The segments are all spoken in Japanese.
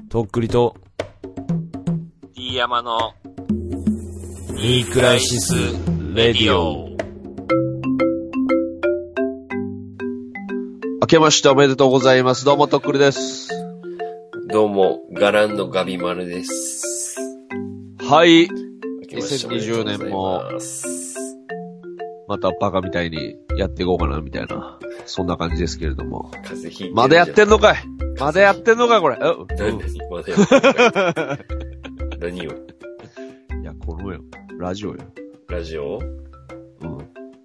とっくりと D 山のニークライシスレディオ。明けましておめでとうございます。どうもとっくりです。 どうもガランのガビマルです。 はい、 明けましておめでとうございます。 またバカみたいにやっていこうかなみたいな、そんな感じですけれども。 風邪ひいてる。 まだやってんのかい、まだやってんのかいこれ。 何まだやってんのかい何を。 いや、このよラジオよ。 ラジオ、 うん、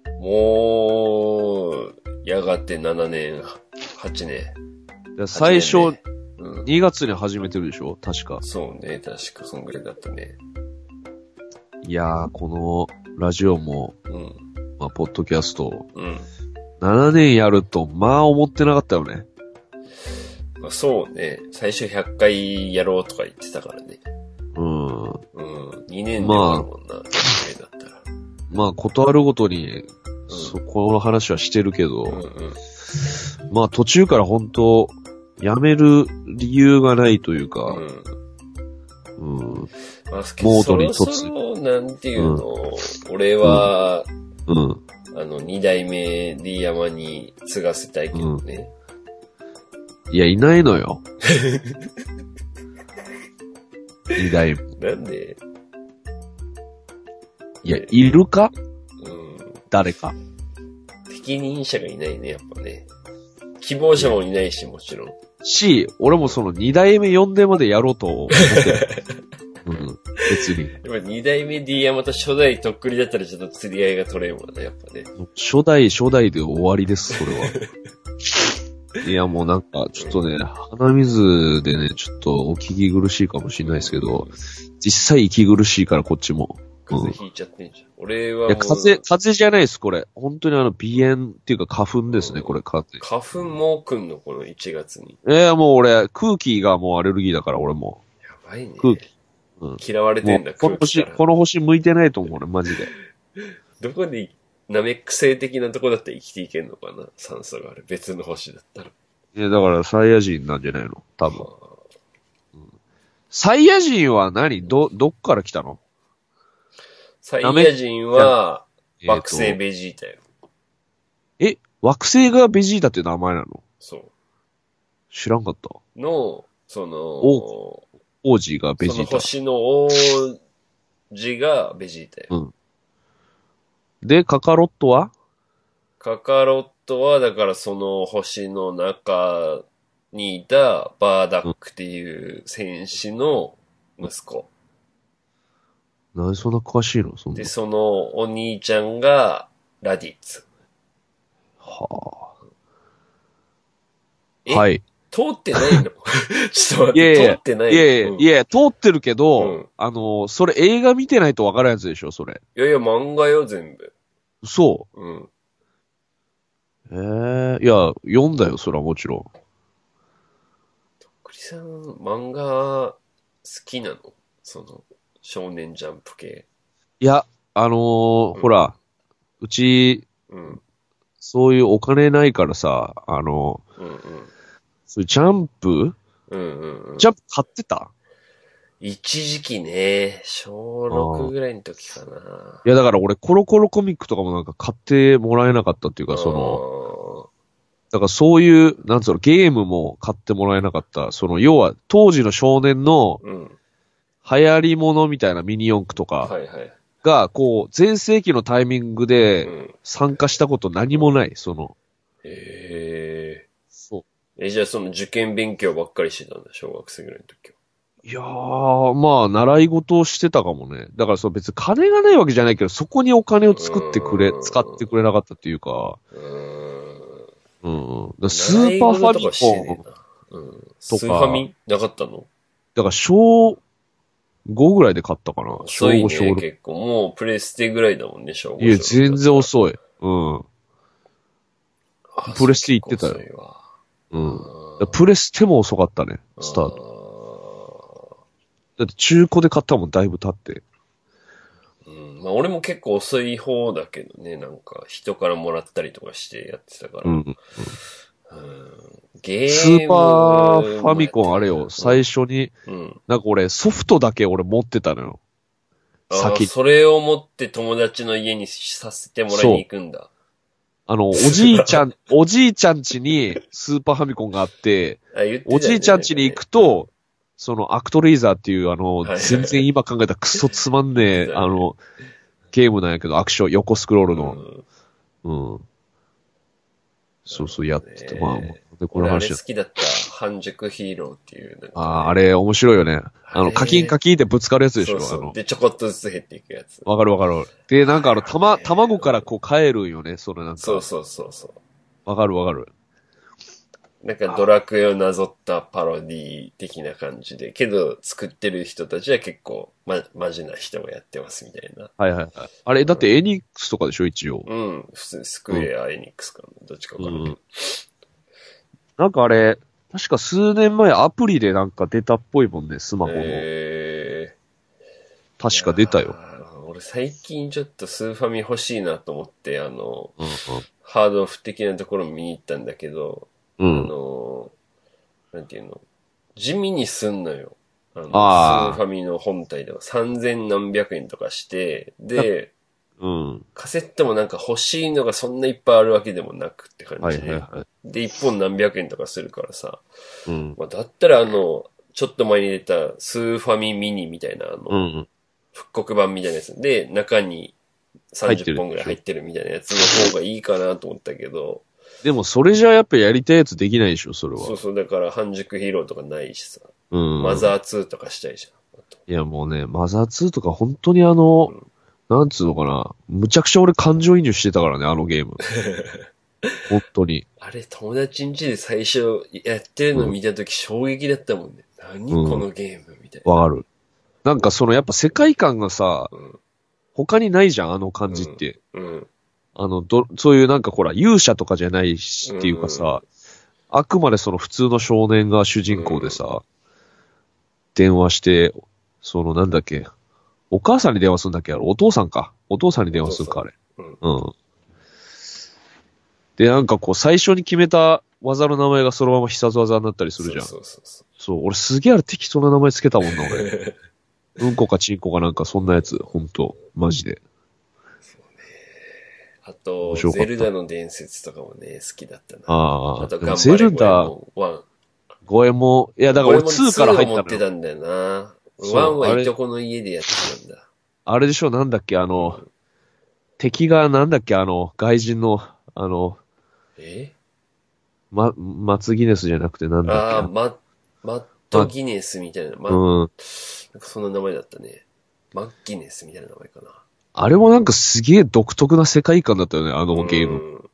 もうやがて7年8年。 最初、 ね、 2月に始めてるでしょ確か。 そうね、確かそんぐらいだったね。 いやー、このラジオも、まあ、ポッドキャスト、7年やると、まあ思ってなかったよね。 まあ、そうね、最初100回やろうとか言ってたからね。2年で終わるもんな、100回だったら。 まあ、ことあるごとに、この話はしてるけど、まあ途中から本当やめる理由がないというか、 まあ、 モードにそろそろなんていうの、俺は、2代目 D 山に継がせたいけどね。 いや、いないのよ。2代目。 なんで？ いや、いるか？誰か。 適任者がいないね、やっぱね。希望者もいないし、もちろん。 俺もその2代目呼んでまでやろうと思ってる。別に。 やっぱ2代目 D 山と初代とっくりだったらちょっと釣り合いが取れんわね、やっぱね。 初代で終わりです、それは。いや、もうなんか、ちょっとね、鼻水でね、ちょっとお聞き苦しいかもしれないですけど、実際息苦しいからこっちも。 風邪ひいちゃってんじゃん。俺はもう。 いや、風邪じゃないです、これ。本当に鼻炎っていうか花粉ですね、これ、 花粉も来んの、この1月に。 もう俺、空気がもうアレルギーだから、俺も。 やばいね。 空気。 嫌われてんだ、空気から。 この星向いてないと思う、俺、マジで。 どこで、ナメック星的なとこだったら生きていけんのかな、酸素がある。別の星だったら。 いや、だからサイヤ人なんじゃないの多分。サイヤ人はどっから来たの？ サイヤ人は、惑星ベジータよ。 惑星がベジータっていう名前なの？そう。知らんかった。 王子がベジータ。 その星の王子がベジータよ。 で、カカロットは？ カカロットは、だからその星の中にいたバーダックっていう戦士の息子。 なんでそんな詳しいの？ で、そのお兄ちゃんがラディッツ。 はあ。はい。 通ってないの？ちょっと待って、通ってないの？ いや、通ってるけど、それ映画見てないとわからんやつでしょ、それ。 いやいや、漫画よ、全部。 そう。いや、読んだよ、それはもちろん。 とっくりさん、漫画好きなの？その、少年ジャンプ系。 いや、ほら、うち、そういうお金ないからさ、そういうジャンプ？ジャンプ買ってた？ 一時期ね、小6ぐらいの時かな。 いや、だから俺コロコロコミックとかもなんか買ってもらえなかったっていうか、だからそういう、なんつうの、ゲームも買ってもらえなかった。要は、当時の少年の、流行り物みたいなミニ四駆とか、が、こう、全盛期のタイミングで参加したこと何もない、そう。 じゃあその受験勉強ばっかりしてたんだ、小学生ぐらいの時は。 いやー、まあ、習い事をしてたかもね。だから別に金がないわけじゃないけど、そこにお金を使ってくれなかったっていうか、スーパーファミコンとか、 スーファミなかったの？ だから小5ぐらいで買ったかな。 遅いね、小5結構。もうプレステぐらいだもんね、小5。 いや、全然遅い。プレステ行ってたよ。プレステも遅かったね、スタート。だって中古で買ったもん、だいぶ経って。 まあ俺も結構遅い方だけどね、なんか人からもらったりとかしてやってたから。 ゲーム。 スーパーファミコンあれよ、最初に、なんか俺ソフトだけ俺持ってたのよ。 先に。それを持って友達の家にさせてもらいに行くんだ。 おじいちゃん家にスーパーファミコンがあって、おじいちゃん家に行くと、そのアクトレイザーっていう全然今考えたらクソつまんねえ、ゲームなんやけど、アクション、横スクロールの。そうそうやってて、まあ、 で、これ話。俺好きだった半熟ヒーローっていう、 あれ面白いよね。カキンでぶつかるやつでしょ。 そうで、ちょこっとずつ減っていくやつ。 わかる。で、なんか卵からこう帰るんよね、それなんか。 そう。 わかる。 なんかドラクエをなぞったパロディ的な感じで、けど作ってる人たちは結構マジな人がやってますみたいな。 はい。あれ、だってエニックスとかでしょ、一応。 普通にスクエア、エニックスかな、どっちかわかるけど。 なんかあれ、確か数年前アプリでなんか出たっぽいもんね、スマホの。確か出たよ。 俺最近ちょっとスーファミ欲しいなと思って、ハードオフ的なところ見に行ったんだけど、なんていうの、地味にすんのよ。スーファミの本体では3000何百円とかして、で、カセットもなんか欲しいのがそんないっぱいあるわけでもなくって感じで。で、1本何百円とかするからさ。だったらちょっと前に出たスーファミミニみたいな復刻版みたいなやつで、中に30本ぐらい入ってるみたいなやつの方がいいかなと思ったけど。 でもそれじゃやっぱやりたいやつできないでしょ、それは。 そう、だから半熟ヒーローとかないしさ。マザー2とかしたいじゃん。いやもうね、マザー2とか本当になんつうのかな。むちゃくちゃ俺感情移入してたからね、あのゲーム。本当に。 あれ、友達ん家で最初やってるの見たとき衝撃だったもんね。何このゲームみたいな。 わかる。なんかやっぱ世界観がさ、他にないじゃん、あの感じって。そういうなんかほら、勇者とかじゃないしっていうかさ、あくまで普通の少年が主人公でさ、電話して、なんだっけ、お母さんに電話するんだっけ、お父さんか。お父さんに電話するか、あれ。で、なんか最初に決めた技の名前がそのまま必殺技になったりするじゃん。そう、俺すげえあれ適当な名前つけたもんな、俺。うんこかちんこかなんかそんなやつ、ほんと、マジで。 あと、ゼルダの伝説とかもね、好きだったな。 あと、頑張れゴエモン1。 ゴエモン、いや、だから俺2から入ったのよ。 持ってたんだよな。1はいとこの家でやってたんだ。 あれでしょ、なんだっけ、敵がなんだっけ、外人の、マツギネスじゃなくてなんだっけ。 マットギネスみたいな。なんかそんな名前だったね。マッギネスみたいな名前かな。 あれもなんかすげえ独特な世界観だったよね、あのゲーム。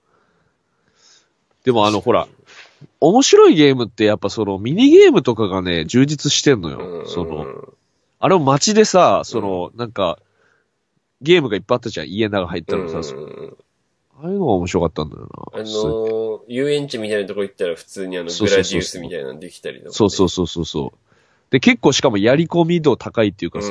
でもほら、面白いゲームってやっぱミニゲームとかがね、充実してんのよ。あれを街でさ、なんか、ゲームがいっぱいあったじゃん、家の中入ったらさ、ああいうのが面白かったんだよな。遊園地みたいなとこ行ったら普通にグラディウスみたいなのできたりとか、ね。 そう。で、結構しかもやり込み度高いっていうかさ、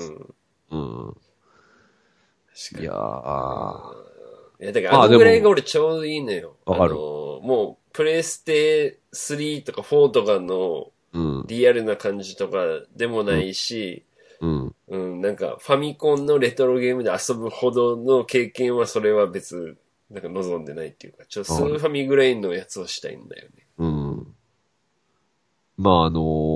いやいや、だからぐらいが俺ちょうどいいのよ。 わかる。 もう、プレステ3とか4とかのリアルな感じとかでもないし、なんかファミコンのレトロゲームで遊ぶほどの経験はそれは別、なんか望んでないっていうか、スーファミぐらいのやつをしたいんだよね。 まあ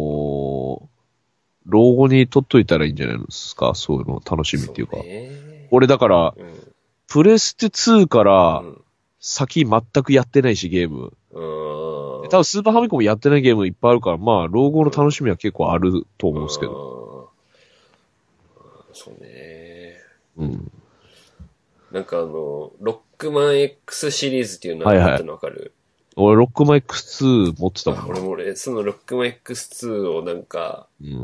老後に取っといたらいいんじゃないですか、そういうの楽しみっていうか。俺だから、プレステ2から先全くやってないし、ゲーム。多分スーパーファミコンもやってないゲームいっぱいあるから、まあ、老後の楽しみは結構あると思うんですけど。 そうね。なんかロックマン X シリーズっていうのがあったのわかる？ 俺、ロックマン X2 持ってたもん。 俺、そのロックマン X2 をなんか、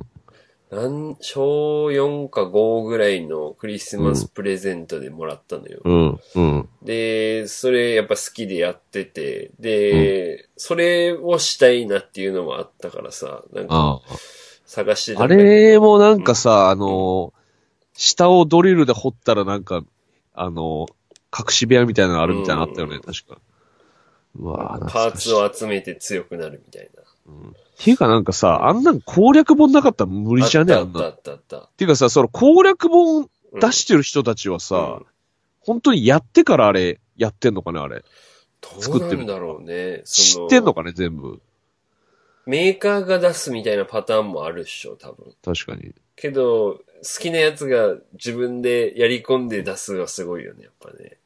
小4か5ぐらいのクリスマスプレゼントでもらったのよ。で、それやっぱ好きでやってて、で、それをしたいなっていうのもあったからさ、なんか、探してたんだけど。 あれもなんかさ、下をドリルで掘ったらなんか、隠し部屋みたいなのあるみたいなのあったよね、確か。 うわぁ、 パーツを集めて強くなるみたいな。 っていうかなんかさ、あんなん攻略本なかったら無理じゃねえ、あんな。 あった。 っていうかさ、その攻略本出してる人たちはさ、本当にやってからあれ、やってんのかね、あれ。 作ってるんだろうね。 知ってんのかね、全部。 メーカーが出すみたいなパターンもあるっしょ、多分。 確かに。 けど、好きなやつが自分でやり込んで出すがすごいよね、やっぱね。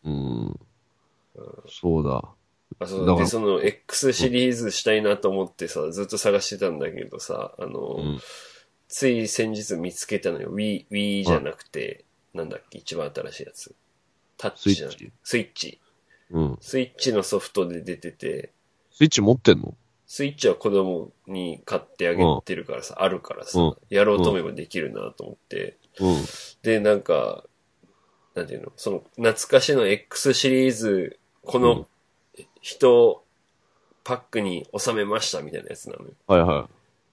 そうだ。 で、その X シリーズしたいなと思ってさ、ずっと探してたんだけどさ、つい先日見つけたのよ。Wii じゃなくて、なんだっけ、一番新しいやつ。タッチじゃなくて、スイッチ。スイッチのソフトで出てて。 スイッチ持ってんの？ スイッチは子供に買ってあげてるからさ、あるからさ、やろうと思えばできるなと思って。で、なんか、なんていうの、その懐かしの X シリーズ、この人パックに収めましたみたいなやつなのよ。 はいはい。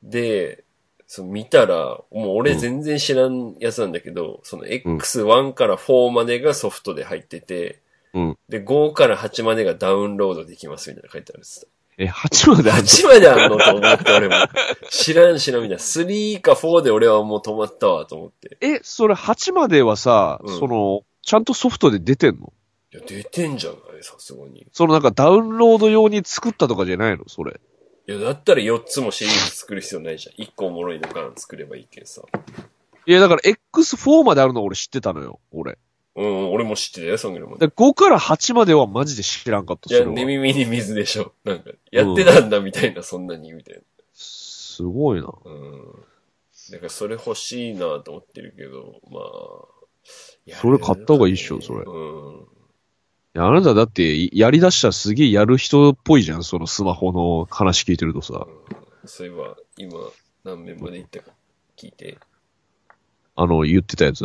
で、見たら、もう俺全然知らんやつなんだけど、その X1 から4までがソフトで入ってて、で、5から8までがダウンロードできますみたいな書いてあるんです。 8まであるの？ 8まであるのと思って俺も。知らんみたいな。3か4で俺はもう止まったわと思って。 それ8まではさ、ちゃんとソフトで出てんの？ いや、出てんじゃないさすがに。 なんかダウンロード用に作ったとかじゃないのそれ。 いや、だったら4つもシリーズ作る必要ないじゃん。1個おもろいのから作ればいいけんさ。 いや、だから X4 まであるの俺知ってたのよ、俺。 俺も知ってたよ、そんぐらいまで。5から8まではマジで知らんかった、 いや、寝耳に水でしょ。なんか、やってたんだみたいな、そんなに、みたいな。 すごいな。 だからそれ欲しいなと思ってるけど、まあ。 それ買った方がいいっしょ、それ。いや、あなただって、やり出したらすげえやる人っぽいじゃん、そのスマホの話聞いてるとさ。 そういえば、今、何面まで行ったか聞いて。 言ってたやつ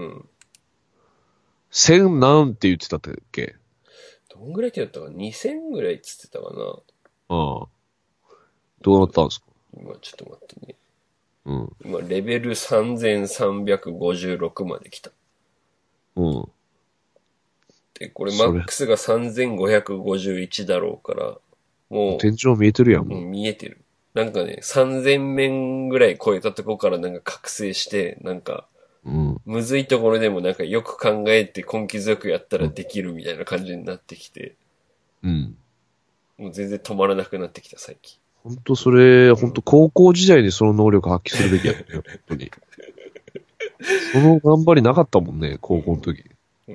1000何って言ってたっけ？ どんぐらいって言ったか ?2000 ぐらいっつってたかな。 どうなったんですか？ 今ちょっと待ってね。今レベル3356まで来た。で、これマックスが3551だろうから、もう。 天井見えてるやん、もう。 見えてる。なんかね、3000面ぐらい超えたとこからなんか覚醒して、なんか、むずいところでもなんかよく考えて根気強くやったらできるみたいな感じになってきて。もう全然止まらなくなってきた、最近。 ほんと高校時代にその能力発揮するべきやったよ、本当に。その頑張りなかったもんね、高校の時。いや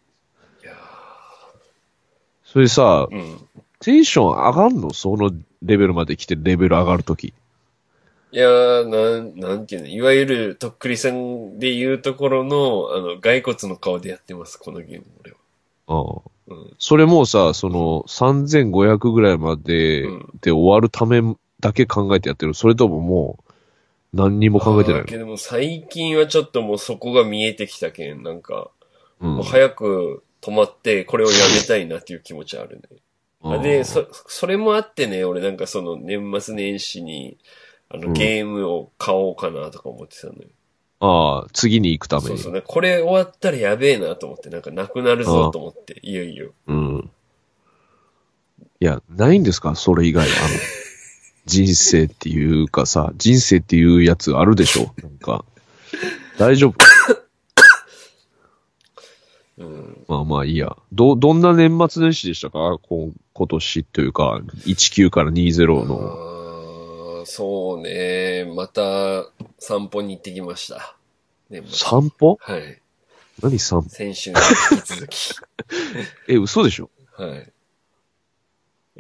それさ、テンション上がんの？そのレベルまで来てレベル上がる時。 いやー、なんていうの、いわゆるとっくりさんで言うところの、骸骨の顔でやってます、このゲーム、俺は。 それもうさ、3500ぐらいまで、で終わるためだけ考えてやってる。それとももう、何にも考えてないの？ けども最近はちょっともうそこが見えてきたけん、なんか、もう早く止まって、これをやめたいなっていう気持ちあるね。で、それもあってね、俺なんかその年末年始に、ゲームを買おうかなとか思ってたのよ。 次に行くために。 そうね。これ終わったらやべえなと思って、なんかなくなるぞと思って、いよいよ。 いや、ないんですか？それ以外は。人生っていうかさ、人生っていうやつあるでしょ？なんか、大丈夫？まあいいや。どんな年末年始でしたか？今年というか、19から20の。 そうね。また散歩に行ってきました。 散歩？ はい。 何散歩？ 先週に引き続き。 嘘でしょ？ はい。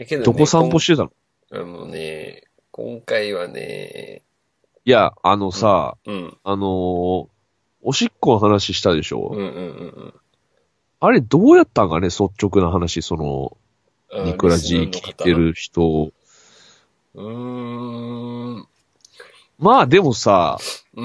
けどね、 どこ散歩してたの？ 今回はね。 いや、さ、おしっこの話したでしょ？あれどうやったんかね？率直な話、ニクラジ聞いてる人。まあでもさ、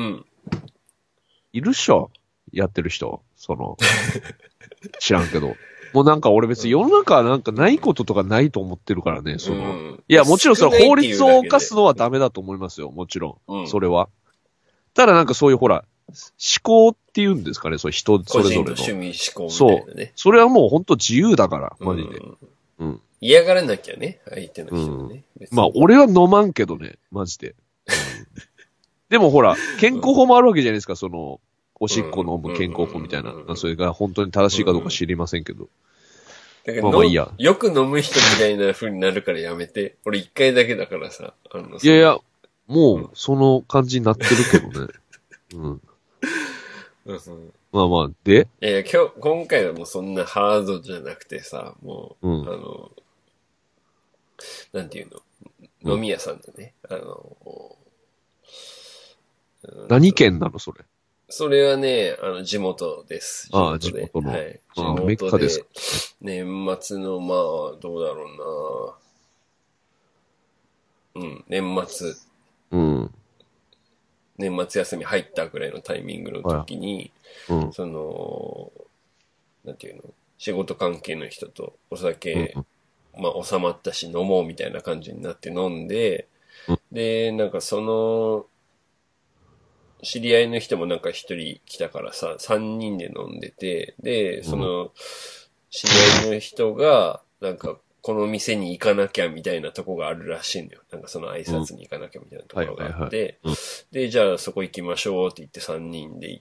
いるっしょ？やってる人。知らんけど。もうなんか俺別に世の中なんかないこととかないと思ってるからね、いや、もちろん法律を犯すのはダメだと思いますよ、もちろん。それは。ただなんかそういうほら、思考って言うんですかね、そういう人それぞれの。 個人の趣味思考みたいなね。 そう。それはもう本当自由だから、マジで。 うん。 嫌がらなきゃね、相手の人ね。 まあ、俺は飲まんけどね、マジで。でもほら、健康法もあるわけじゃないですか、その、おしっこ飲む健康法みたいな。それが本当に正しいかどうか知りませんけど。 だけど、いいや。よく飲む人みたいな風になるからやめて。俺一回だけだからさ。 いやいや、もう、その感じになってるけどね。うん。まあまあ、でいや、今回はもうそんなハードじゃなくてさ、もう、なんていうの、飲み屋さんだね。 何県なのそれ。 それはね、地元です。 地元の。 はい。 地元で。メッカですか。 年末の、まあ、どうだろうな。年末。年末休み入ったぐらいのタイミングの時に、その、なんていうの、仕事関係の人とお酒、まあ収まったし飲もうみたいな感じになって飲んで、で、なんかその、知り合いの人もなんか一人来たからさ、三人で飲んでて、で、その、知り合いの人が、なんか、この店に行かなきゃみたいなとこがあるらしいんだよ。なんかその挨拶に行かなきゃみたいなところがあって、で、じゃあそこ行きましょうって言って3人で行って、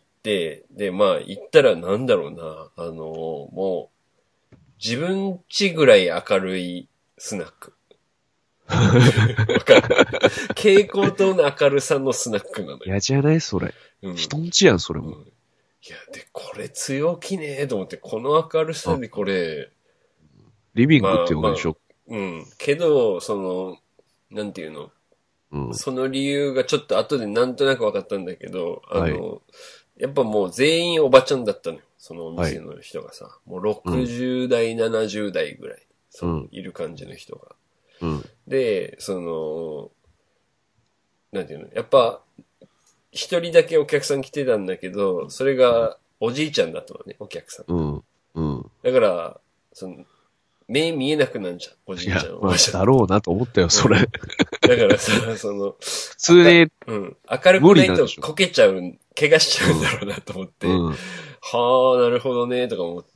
で、まあ行ったらなんだろうな、もう、自分ちぐらい明るいスナック。わかる。蛍光灯の明るさのスナックなのよ。 嫌じゃないそれ。人んちやん、それも。 いや、で、これ強気ねーと思って、この明るさでこれ、 リビングってことでしょ、 けど、その、なんていうの、その理由がちょっと後でなんとなく分かったんだけど、やっぱもう全員おばちゃんだったのよ。そのお店の人がさ。もう60代、70代ぐらい、いる感じの人が。で、その、なんていうの、やっぱ、一人だけお客さん来てたんだけど、それがおじいちゃんだったのね、お客さん。だから、その、目見えなくなるじゃん、おじいちゃんは。 まあ、だろうなと思ったよ、それ。だからさ、その、 普通に、 明るくないとこけちゃう、怪我しちゃうんだろうなと思って、はあ、なるほどね、とか思って、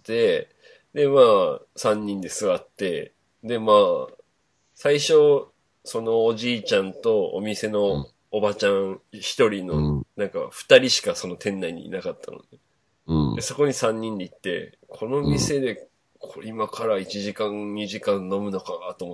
で、まあ、3人で座って、で、まあ、最初、そのおじいちゃんとお店のおばちゃん一人の、なんか二人しかその店内にいなかったのね。で、そこに3人で行って、この店で、今から1時間、2時間飲むのかと思って、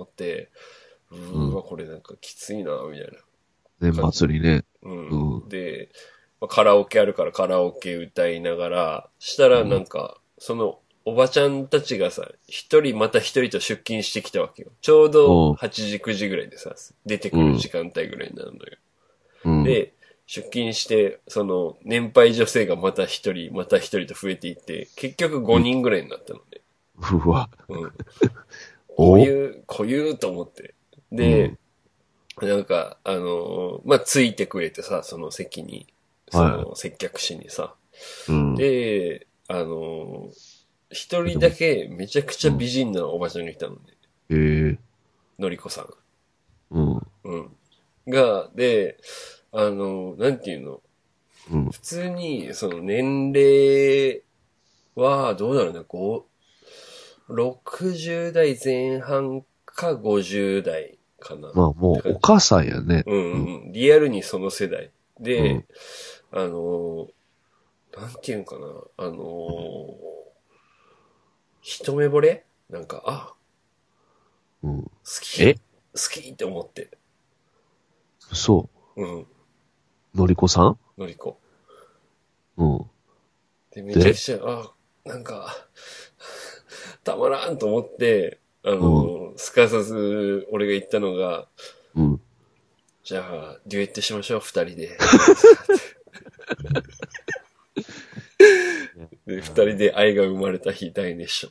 これなんかきついな、みたいな。年末にね。 で、カラオケあるからカラオケ歌いながら、したらなんか、その、おばちゃんたちがさ、一人また一人と出勤してきたわけよ。ちょうど8時、9時ぐらいでさ、出てくる時間帯ぐらいになるのよ。で、出勤して、その、年配女性がまた一人と増えていって、結局5人ぐらいになったのね。 うわ。 こういうと思って。で、なんか、まあ、ついてくれてさ、その席に、その接客士にさ。で、一人だけめちゃくちゃ美人なおばちゃんがいたのね。のりこさん。で、なんていうの、普通に、その年齢は、どうだろうね、60代前半か50代かな。 まあもうお母さんやね。 リアルにその世代。で、なんていうんかな、一目惚れなんか、好きって思って。 そう。のりこさんのりこ。で、めちゃくちゃ、なんか、たまらんと思って、すかさず俺が言ったのが、じゃあ、デュエットしましょう、二人で。で、二人で愛が生まれた日大熱唱。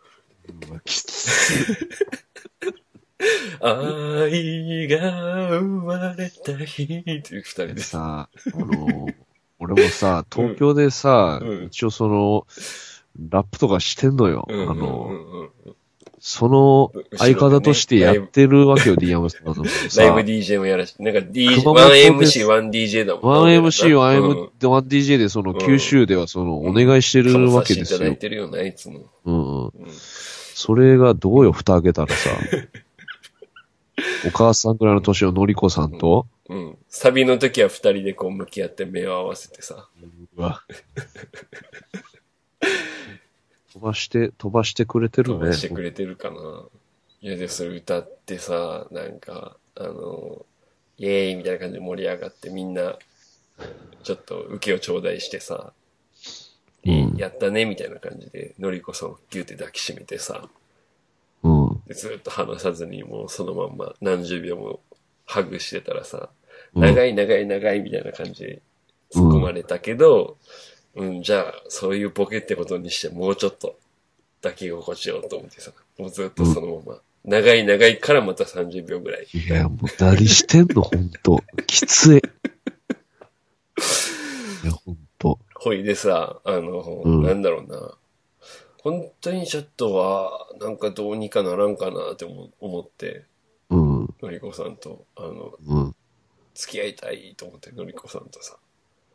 愛が生まれた日っていう二人でさ、俺もさ、東京でさ、一応その、ラップとかしてんのよ。その相方としてやってるわけよ、DMS さん。 ライブ DJ もやらし、なんか 1MC、1DJ だもん。1MC、1DJ でその九州ではその、お願いしてるわけですよ。 いただいてるよな、いつも。 それがどうよ、蓋開けたらさ。お母さんぐらいの年ののりこさんと、 うん。サビの時は二人でこう向き合って目を合わせてさ。 うわ。飛ばしてくれてるね。 飛ばしてくれてるかな。いや、で、それ歌ってさ、なんか、イエーイみたいな感じで盛り上がってみんな、ちょっと受けを頂戴してさ、やったねみたいな感じで、のりこさんをギュって抱きしめてさ、でずっと話さずにもうそのまんま何十秒もハグしてたらさ、長い長い長いみたいな感じで突っ込まれたけど、じゃあそういうボケってことにしてもうちょっと抱き心地ようと思ってさ、もうずっとそのまま、長い長いからまた30秒ぐらい。 いや、もう何してんのほんと。きつい。いや、ほんと。 ほいでさ、なんだろうな。本当にちょっとは、なんかどうにかならんかなって思って、のりこさんと、付き合いたいと思って、のりこさんとさ。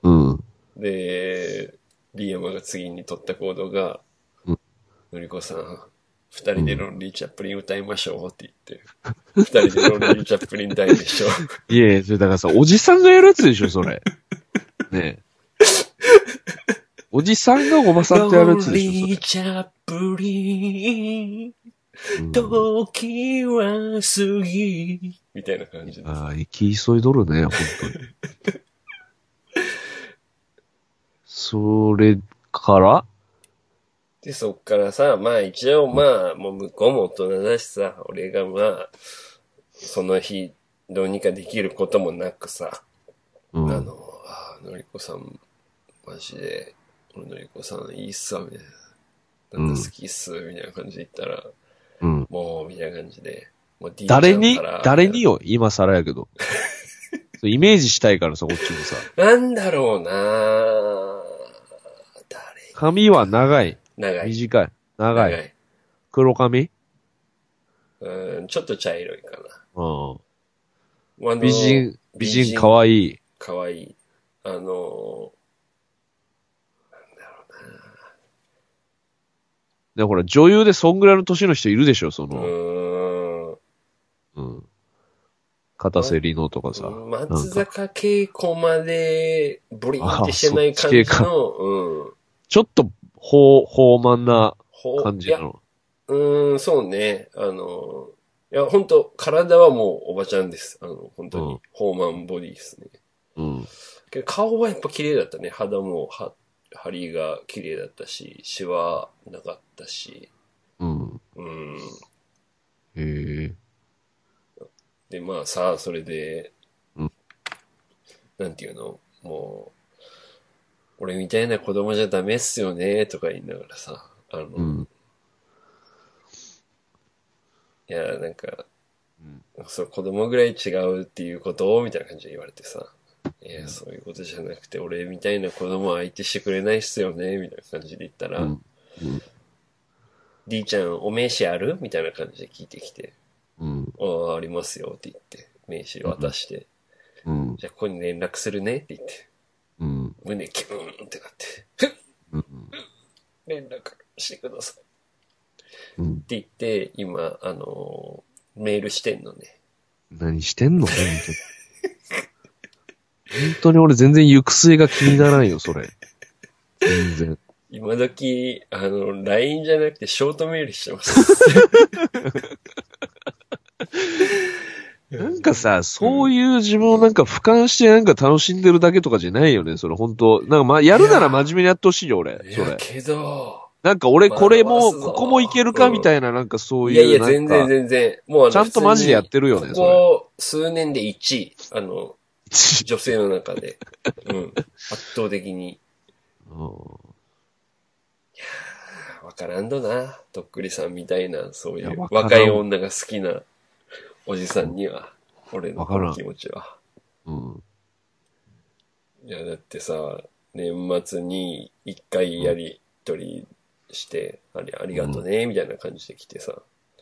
で、リーヤマが次に取った行動が、のりこさん、二人でロンリー・チャップリン歌いましょうって言って、二人でロンリー・チャップリン大熱唱。 いやいや、それだからさ、おじさんがやるやつでしょ、それ。ねえ。おじさんがおばさんとやるやつでしょ、それ。ロンリー・チャップリン、時は過ぎ、みたいな感じで。 ああ、生き急いどるね、本当に。それからで、そっからさ、まあ一応まあ、もう向こうも大人だしさ、俺がまあ、その日、どうにかできることもなくさ、のりこさん、マジで、のりこさんいいっすわ、みたいな。なんか好きっす、みたいな感じで言ったら、もう、みたいな感じで、もう D ちゃんから誰によ、今更やけど。イメージしたいからさ、こっちもさ。 なんだろうな髪は長い。 長い。 短い。長い。黒髪ちょっと茶色いかな。美人かわいい。 かわいい。なんだろうな。ほら、女優でそんぐらいの年の人いるでしょ、その。片瀬里乃とかさ。 松坂慶子まで、ブリーンってしてない感じの、 ちょっと、豊満な感じなの。そうね。いや、本当体はもうおばちゃんです。本当に、豊満ボディですね。けど顔はやっぱ綺麗だったね。肌も、張りが綺麗だったし、シワなかったし。 へえ。 で、まあさ、それで、なんていうのもう、俺みたいな子供じゃダメっすよね、とか言いながらさ、いや、なんか、そう、子供ぐらい違うっていうことをみたいな感じで言われてさ、いや、そういうことじゃなくて、俺みたいな子供相手してくれないっすよね、みたいな感じで言ったら、D ちゃんお名刺あるみたいな感じで聞いてきて、ありますよって言って、名刺渡して、じゃあここに連絡するねって言って、胸キューンってなって、連絡してください。って言って、今、メールしてんのね。 何してんの本当に俺全然行く末が気にならんよ、それ。全然。 今時、LINE じゃなくてショートメールしてます。 なんかさ、そういう自分をなんか俯瞰してなんか楽しんでるだけとかじゃないよね、それ本当なんかやるなら真面目にやってほしいよ、俺。それ。 けど、 なんか俺これも、ここもいけるかみたいななんかそういう。 いや、全然。 もうちゃんとマジでやってるよね、 ここ数年で1位。女性の中で。圧倒的に。いやー、わからんどな。とっくりさんみたいな、そういう若い女が好きなおじさんには、俺のこの気持ちは。いや、だってさ、年末に一回やりとりして、ありがとね、みたいな感じで来てさ。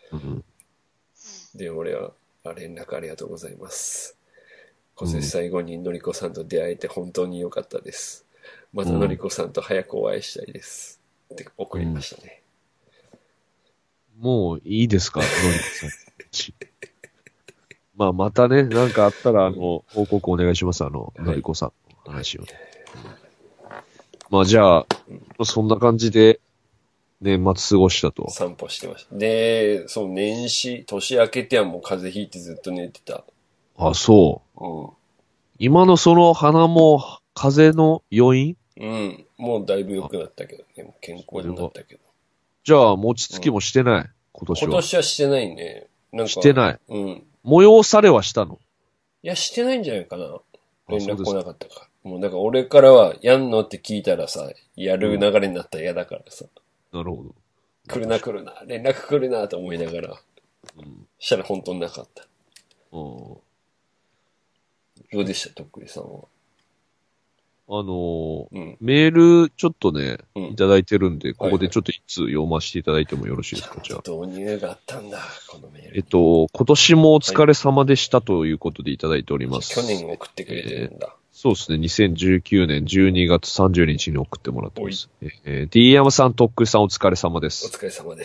で、俺は、連絡ありがとうございます。今年最後にのりこさんと出会えて本当に良かったです。またのりこさんと早くお会いしたいです。って送りましたね。 もういいですか、のりこさん。まあ、またね、なんかあったら、報告お願いします、のりこさんの話を。まあ、じゃあ、そんな感じで、年末過ごしたと。 散歩してました。で、そう、年明けてはもう風邪ひいてずっと寝てた。 あ、そう。うん。今のその鼻も風邪の余韻？ うん。もうだいぶ良くなったけどね。もう健康になったけど。 じゃあ、餅つきもしてない、今年は。 今年はしてないね。 なんか。してない。 うん。 催されはしたの？ いや、してないんじゃないかな。連絡来なかったか。もう、だから俺からは、やんのって聞いたらさ、やる流れになったら嫌だからさ。 なるほど。 来るな、連絡来るなと思いながら。うん。したら本当になかった。どうでした、とっくりさんは。 メールちょっとね、いただいてるんで、ここでちょっと一通読ませていただいてもよろしいですか、じゃあ。 導入があったんだ、このメール。 今年もお疲れ様でしたということでいただいております。 去年送ってくれてるんだ。 そうですね、2019年12月30日に送ってもらってます。D 山さん、とっくりさんお疲れ様です。 お疲れ様です。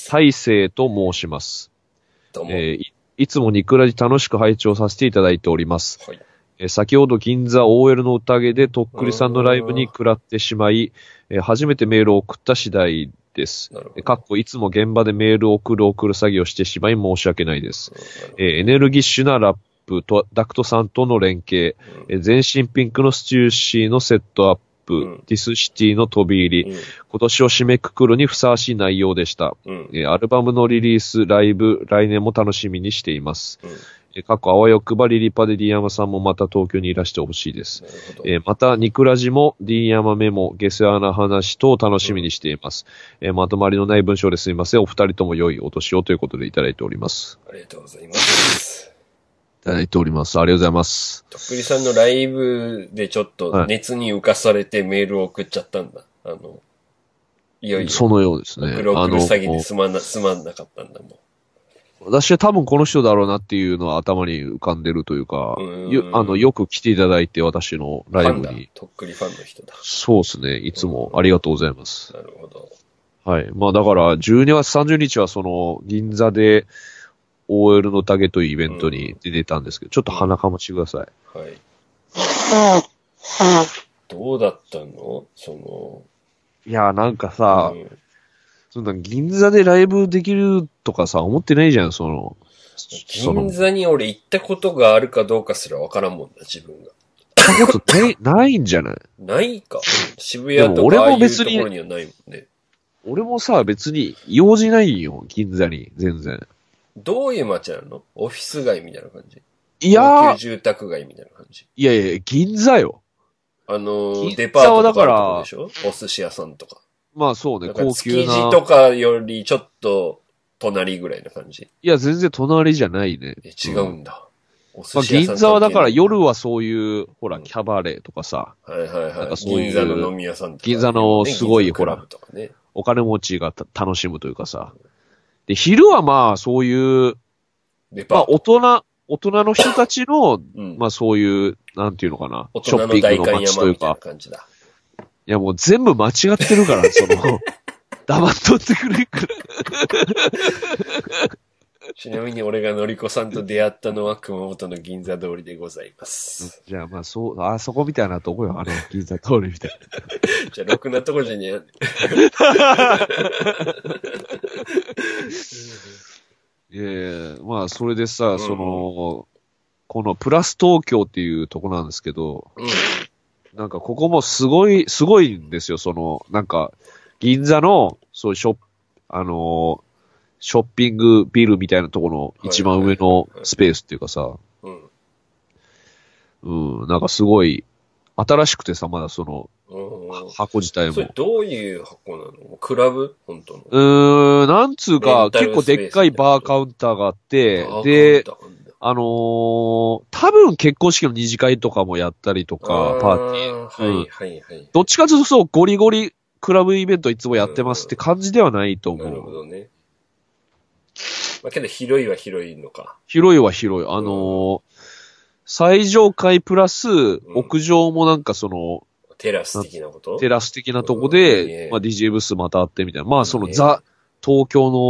大勢と申します。 どうも。 いつもニクラジ楽しく拝聴させていただいております。はい。先ほど銀座 OL の宴でとっくりさんのライブに食らってしまい、初めてメールを送った次第です。いつも現場でメールを送る作業をしてしまい申し訳ないです。エネルギッシュなラップとダクトさんとの連携、全身ピンクのスチューシーのセットアップ、ディスシティの飛び入り、今年を締めくくるにふさわしい内容でした。アルバムのリリース、ライブ、来年も楽しみにしています。あわよくばリリパで D 山さんもまた東京にいらしてほしいです。また、ニクラジも D 山メモ、下世話な話と楽しみにしています。まとまりのない文章ですみません。お二人とも良いお年をということでいただいております。 ありがとうございます。 いただいております。ありがとうございます。 とっくりさんのライブでちょっと熱に浮かされてメールを送っちゃったんだ。いよいよ。 そのようですね。 ブロック詐欺ですまんなかったんだもん。 私は多分この人だろうなっていうのは頭に浮かんでるというか、よく来ていただいて私のライブに。 とっくりファンの人だ。 そうですね。いつもありがとうございます。 なるほど。 はい。まあだから12月30日はその銀座で OL の宴というイベントに出てたんですけど、ちょっと鼻かましてください。 はい。どうだったの？ いや、なんかさ、そんな銀座でライブできるとかさ、思ってないじゃん、 銀座に俺行ったことがあるかどうかすらわからんもんな、自分が。 行ったことないんじゃない？ ないか。渋谷とかああいうところにはないもんね。 俺もさ、別に用事ないよ、銀座に、全然。 どういう街なの？オフィス街みたいな感じ？ いやー。 高級住宅街みたいな感じ？ いやいや、銀座よ。 デパートとかあるとこでしょ？お寿司屋さんとか。 まあそうね、高級な。 築地とかよりちょっと隣ぐらいな感じ。 いや、全然隣じゃないね。 違うんだ。 お寿司屋さん。銀座はだから夜はそういう、ほら、キャバレーとかさ。 はいはいはい。なんかそういう銀座の飲み屋さんとか。 銀座のすごい、ほら、お金持ちが楽しむというかさ。で、昼はまあそういう、まあ大人の人たちの、まあそういう、なんていうのかな。ショッピングの街というか。いやもう全部間違ってるから、黙っとってくれから。 ちなみに俺がのりこさんと出会ったのは熊本の銀座通りでございます。 じゃあまああそこみたいなとこよ、銀座通りみたいな。じゃあろくなとこじゃねえ。いやまあそれでさ、このプラス東京っていうとこなんですけど、なんかここもすごいんですよ、なんか、銀座の、そういうショッピングビルみたいなところの一番上のスペースっていうかさ、なんかすごい、新しくてさ、まだ箱自体も。 それどういう箱なの？クラブ？本当の。 なんつうか、結構でっかいバーカウンターがあって、で、多分結婚式の二次会とかもやったりとか、パーティー。はい。どっちかというとゴリゴリクラブイベントいつもやってますって感じではないと思う。 なるほどね。まあ、けど広いは広いのか。 広いは広い。最上階プラス、屋上もなんかテラス的なこと？ テラス的なとこで、まあ DJ ブースまたあってみたいな。まあザ、東京の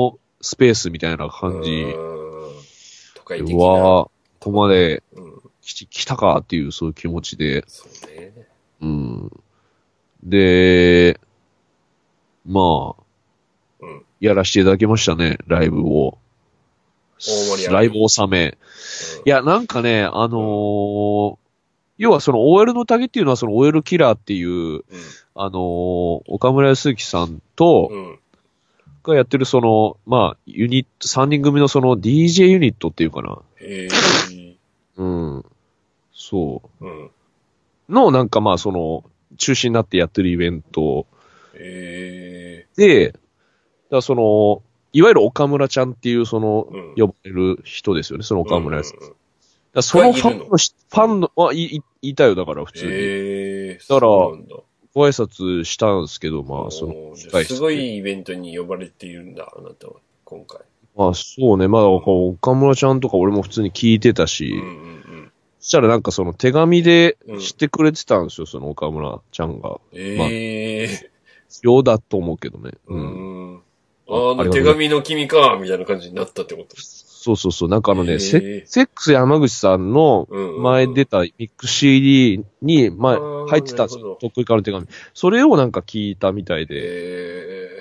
スペースみたいな感じ。 都会的な。 ここまで来たかっていう、そういう気持ちで。 そうね。 うん。で、まあ、やらせていただきましたね、ライブを。ライブ納め。いや、なんかね、要はその OL の宴っていうのはその OL キラーっていう、岡村康之さんと、がやってるその、まあ、ユニット、3人組のその DJ ユニットっていうかな。うん。そう。の、なんかまあその、中心になってやってるイベント。で、だその、いわゆる岡村ちゃんっていうその、呼ばれる人ですよね、その岡村康之。そのファンの、いたよ、だから普通に。だから、ご挨拶したんですけど、まあ、その、 すごいイベントに呼ばれているんだ、あなたは、今回。 まあ、そうね。まあ、岡村ちゃんとか俺も普通に聞いてたし、そしたらなんかその手紙で知ってくれてたんですよ、その岡村ちゃんが。まあ、ようだと思うけどね。 手紙の君か、みたいな感じになったってこと？ そうそうそう。なんかセックス山口さんの前出たミック CD に入ってたんですよ。とっくりからの手紙。それをなんか聞いたみたいで。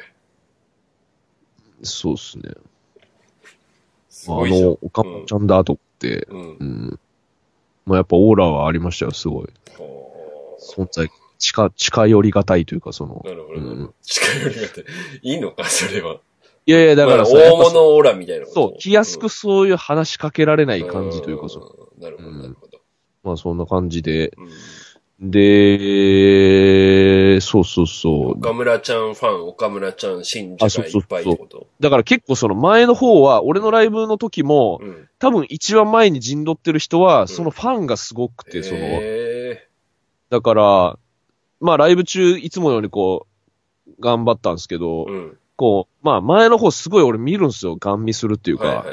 そうっすね。岡本ちゃんだと思って。まあやっぱオーラはありましたよ、すごい。存在、近寄りがたいというか、その。 なるほど。近寄りがたい。いいのか、それは。 いやいや、だからさ。大物オーラみたいな。 そう、気安くそういう話しかけられない感じというか、 なるほど、なるほど。 まあそんな感じで。で、そうそうそう。 岡村ちゃんファン、岡村ちゃん信者がいっぱいってこと？ だから結構その前の方は、俺のライブの時も、多分一番前に陣取ってる人は、そのファンがすごくて、その、だから、まあライブ中いつもよりこう、頑張ったんですけど、こう、まあ前の方すごい俺見るんですよ、ガン見するっていうか、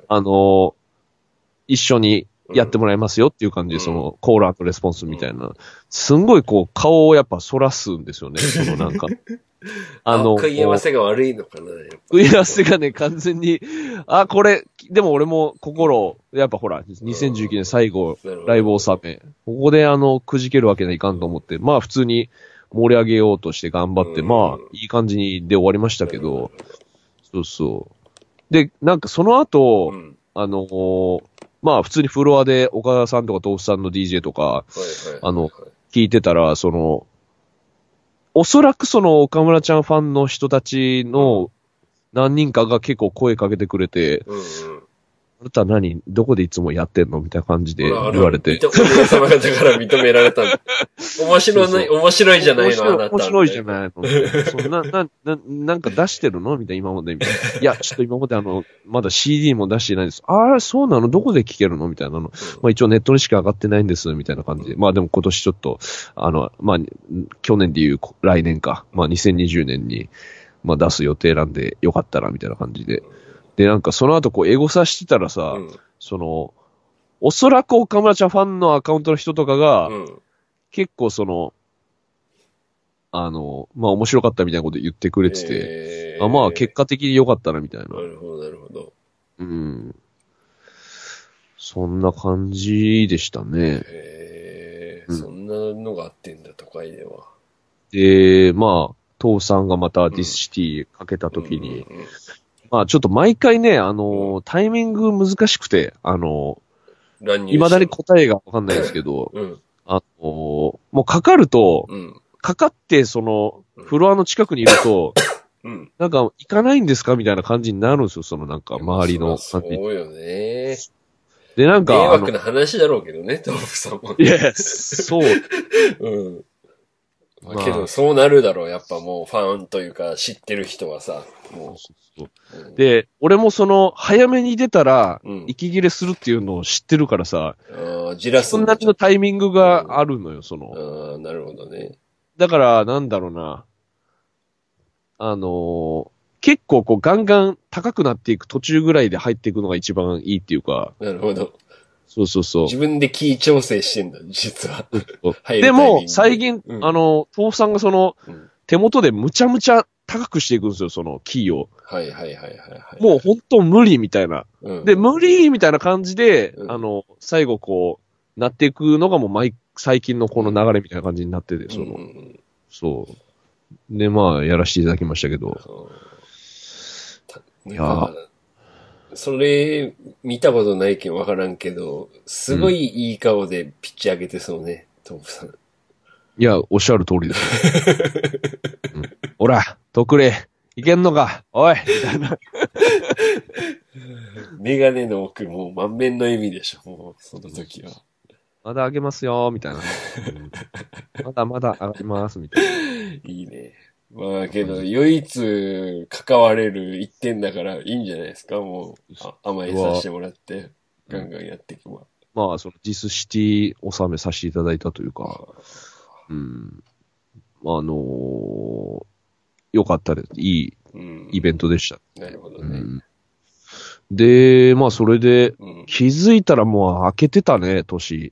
一緒にやってもらいますよっていう感じで、その、コールアンドレスポンスみたいな。すんごいこう、顔をやっぱ反らすんですよね、そのなんか。 食い合わせが悪いのかな、 食い合わせがね、完全に、これ、でも俺も心、やっぱほら、2019年最後、ライブ納め。ここでくじけるわけにはいかんと思って、まあ普通に盛り上げようとして頑張って、まあ、いい感じにで終わりましたけど、そうそう。で、なんかその後、まあ普通にフロアで岡田さんとか豆腐さんの DJ とか、聞いてたら、その、おそらくその岡村ちゃんファンの人たちの何人かが結構声かけてくれて、あなた何どこでいつもやってんのみたいな感じで言われて。 お姉様方から認められたんだ。面白いじゃないのあなた。 面白いじゃないの。なんか出してるのみたいな今までみたいな。いや、ちょっと今までまだ CD も出してないです。そうなのどこで聴けるのみたいなの。まあ一応ネットにしか上がってないんです、みたいな感じで。まあでも今年ちょっと、まあ、去年でいう来年か。まあ2020年に、まあ出す予定なんでよかったら、みたいな感じで。で、なんかその後こうエゴサしてたらさ、その、おそらく岡村ちゃんファンのアカウントの人とかが、結構その、まあ面白かったみたいなこと言ってくれてて、まあ結果的に良かったなみたいな。 なるほど、なるほど。 そんな感じでしたね。 そんなのがあってんだ、都会では。 で、まあ、父さんがまたディスシティかけた時に、まあちょっと毎回ね、タイミング難しくて、未だに答えがわかんないですけど、もうかかると、かかってその、フロアの近くにいると、なんか行かないんですかみたいな感じになるんですよ、そのなんか周りの感じ。 そうよね。 で、なんか。 迷惑な話だろうけどね、豆腐さんも。 いや、そう。 けど、そうなるだろう、やっぱもうファンというか知ってる人はさ。 で、俺もその、早めに出たら、息切れするっていうのを知ってるからさ、 じらすそんなにのタイミングがあるのよ、その。 なるほどね。 だから、なんだろうな。結構こうガンガン高くなっていく途中ぐらいで入っていくのが一番いいっていうか。 なるほど。 そうそうそう。 自分でキー調整してんだ、実は。 でも、最近、豆腐さんがその、手元でむちゃむちゃ高くしていくんですよ、そのキーを。 はいはいはいはい、はい。 もう本当無理みたいな。 うん、 で、無理みたいな感じで、 うん、 最後こう、なっていくのがもう最近のこの流れみたいな感じになってて、そう。で、まあ、やらせていただきましたけど。 なんか、それ、見たことないけんわからんけど、すごいいい顔でピッチ上げてそうね、トムさん。 いや、おっしゃる通りですよ。うん、ほら、特例、いけんのかおいみたいな。 メガネの奥もう満面の笑みでしょ、もう、その時は。 まだ上げますよ、みたいな。まだまだ上がります、みたいな。 いいね。まあけど、唯一関われる一点だからいいんじゃないですか、もう、甘えさせてもらって、ガンガンやっていくわ。 まあ、そのディスシティ納めさせていただいたというか、よかったです。いいイベントでした。 なるほどね。 で、まあ、それで、気づいたらもう明けてたね、年。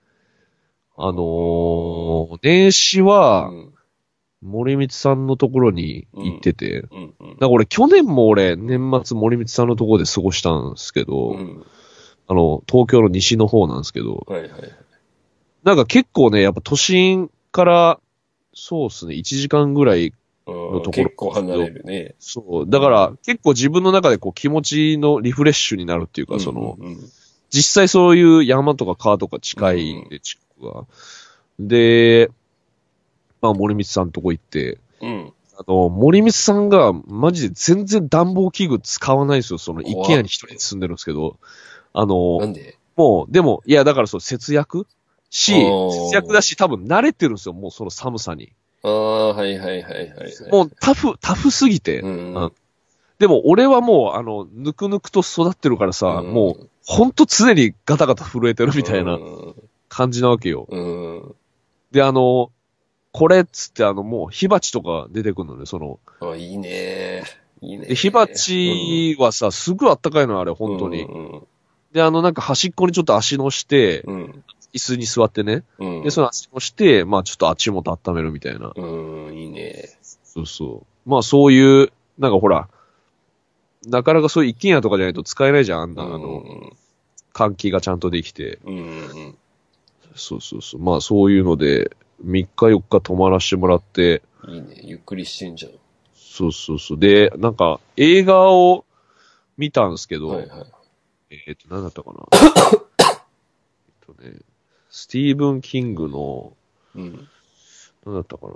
年始は、森光さんのところに行ってて、だから俺、去年も俺、年末森光さんのところで過ごしたんですけど、東京の西の方なんですけど、なんか結構ね、やっぱ都心から、そうですね、1時間ぐらいのところ。 結構離れるね。 そう。だから、結構自分の中でこう気持ちのリフレッシュになるっていうか、実際そういう山とか川とか近いんで、地区が。で、まあ、森光さんのとこ行って、森光さんがマジで全然暖房器具使わないですよ。その一軒家に一人で住んでるんですけど、 なんでもう、でも、いや、だからそう、節約だし、多分慣れてるんですよ、もうその寒さに。 はいはいはいはい。 もうタフすぎて。でも俺はもう、ぬくぬくと育ってるからさ、もう、ほんと常にガタガタ震えてるみたいな感じなわけよ。で、これっつってもう火鉢とか出てくるのね、その。 いいね。いいね。 で、火鉢はさ、すぐあったかいのあれ、本当に。で、なんか端っこにちょっと足のして、椅子に座ってね。で、その足のして、まあちょっと足元温めるみたいな。 いいね。 そうそう。まあそういう、なんかほら、なかなかそういう一軒家とかじゃないと使えないじゃん、あんな、換気がちゃんとできて。そうそうそう。まあそういうので、3日4日泊まらせてもらって。 いいね。ゆっくりしてんじゃん。 そうそうそう。で、なんか映画を見たんですけど、何だったかな。スティーブン・キングの、何だったかな。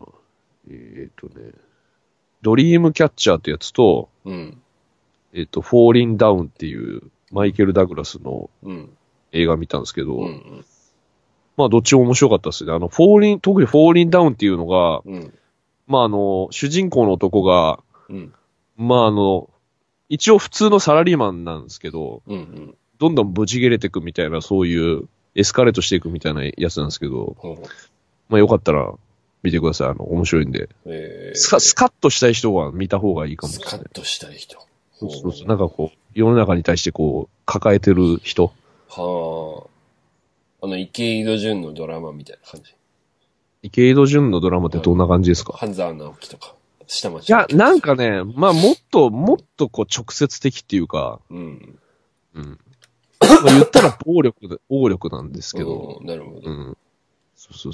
ドリームキャッチャーってやつと、フォーリンダウンっていうマイケル・ダグラスの映画見たんですけど、まあどっちも面白かったですね。特にフォーリンダウンっていうのが、まあ主人公の男が、まあ一応普通のサラリーマンなんですけど、どんどんブチ切れていくみたいな、そういうエスカレートしていくみたいなやつなんですけど、まあよかったら見てください。面白いんで。スカッとしたい人は見た方がいいかもしれない。 スカッとしたい人。 そうそうそう。なんかこう、世の中に対してこう、抱えてる人。 池井戸潤のドラマみたいな感じ。 池井戸潤のドラマってどんな感じですか？ 半沢直樹とか、下町。 いや、なんかね、まあもっとこう直接的っていうか、まあ言ったら暴力なんですけど。 なるほど。 そう。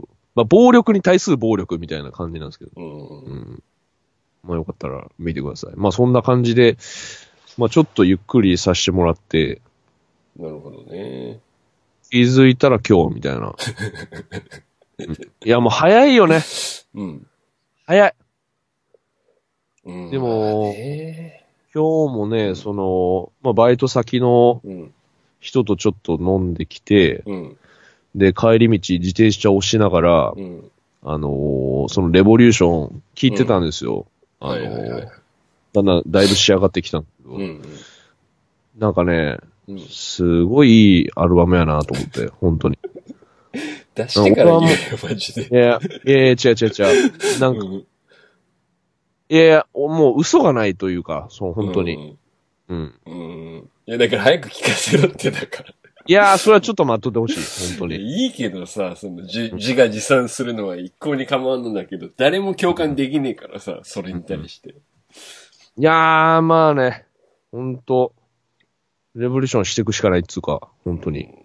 まあ暴力に対する暴力みたいな感じなんですけど。まあよかったら見てください。まあそんな感じで、まあちょっとゆっくりさせてもらって。 なるほどね。 気づいたら今日みたいな。いやもう早いよね。早い。でも、今日もね、まあバイト先の人とちょっと飲んできて、で、帰り道自転車を押しながら、そのレボリューション聞いてたんですよ。だいぶ仕上がってきたんだけど、なんかね、すごいいいアルバムやなと思って、本当に。 出してから言えよ、マジで。 いや、違う。なんか、いや、もう嘘がないというか、そう、本当に。 いや、だから早く聞かせろって、だから。 いやー、それはちょっと待っとってほしい。本当に。 いいけどさ、自画自賛するのは一向に構わんのだけど、誰も共感できねえからさ、それに対して。 いやー、まあね、本当レボリューションしていくしかないっつうか、本当に。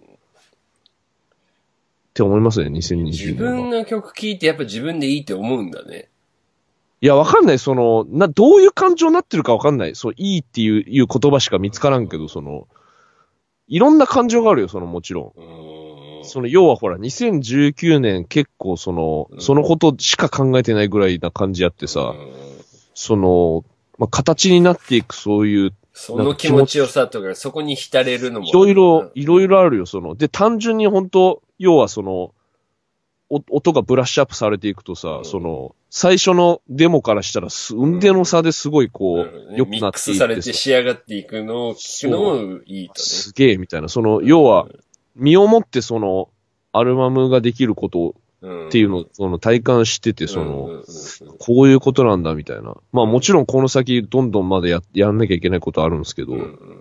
って思いますね、2020年は。 自分の曲聴いてやっぱ自分でいいって思うんだね。 いや、わかんない。どういう感情になってるかわかんない。いいっていう言葉しか見つからんけど、いろんな感情があるよ、もちろん。要はほら、2019年結構そのことしか考えてないぐらいな感じあってさ、まあ、形になっていくそういう、 その気持ちよさとか、そこに浸れるのも。 いろいろあるよ、で、単純に本当要は音がブラッシュアップされていくとさ、最初のデモからしたら運転の差ですごいこう、良くなっていって。 ミックスされて仕上がっていくのを聞くのもいいとね。 すげえ、みたいな。要は、身をもってアルバムができることっていうのを、体感してて、こういうことなんだ、みたいな。まあもちろんこの先、どんどんまだやんなきゃいけないことあるんですけど、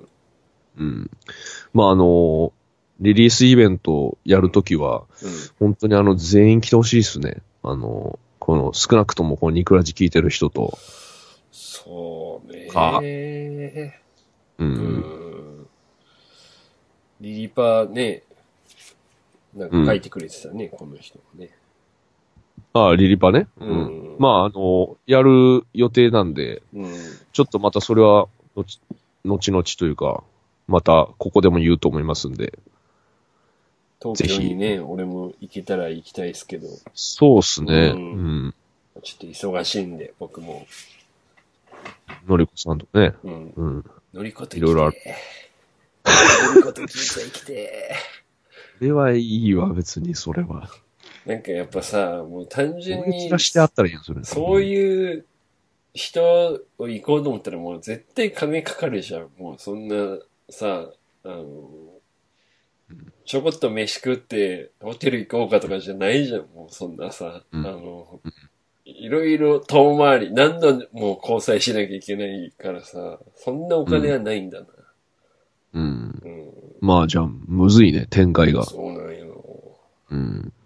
まあリリースイベントやるときは、本当に全員来てほしいですね。少なくともこのニクラジ聞いてる人と。 そうね。リリパーね、なんか書いてくれてたね、この人もね。 ああ、リリパね。まあ、やる予定なんで、ちょっとまたそれは、後々というか、またここでも言うと思いますんで。 東京にね、俺も行けたら行きたいですけど。 そうっすね。 ちょっと忙しいんで、僕も。 のりこさんとね。 のりこといろいろある。 のりこと聞いちゃ生きて。 それはいいわ、別に、それは。 なんかやっぱさ、もう単純に、 してあったらいいよ、それ。 そういう人を行こうと思ったらもう絶対金かかるじゃん。もうそんなさ、ちょこっと飯食ってホテル行こうかとかじゃないじゃん。もうそんなさ、いろいろ遠回り、何度も交際しなきゃいけないからさ、そんなお金はないんだな。 まあじゃあ、むずいね、展開が。 そうなんよ。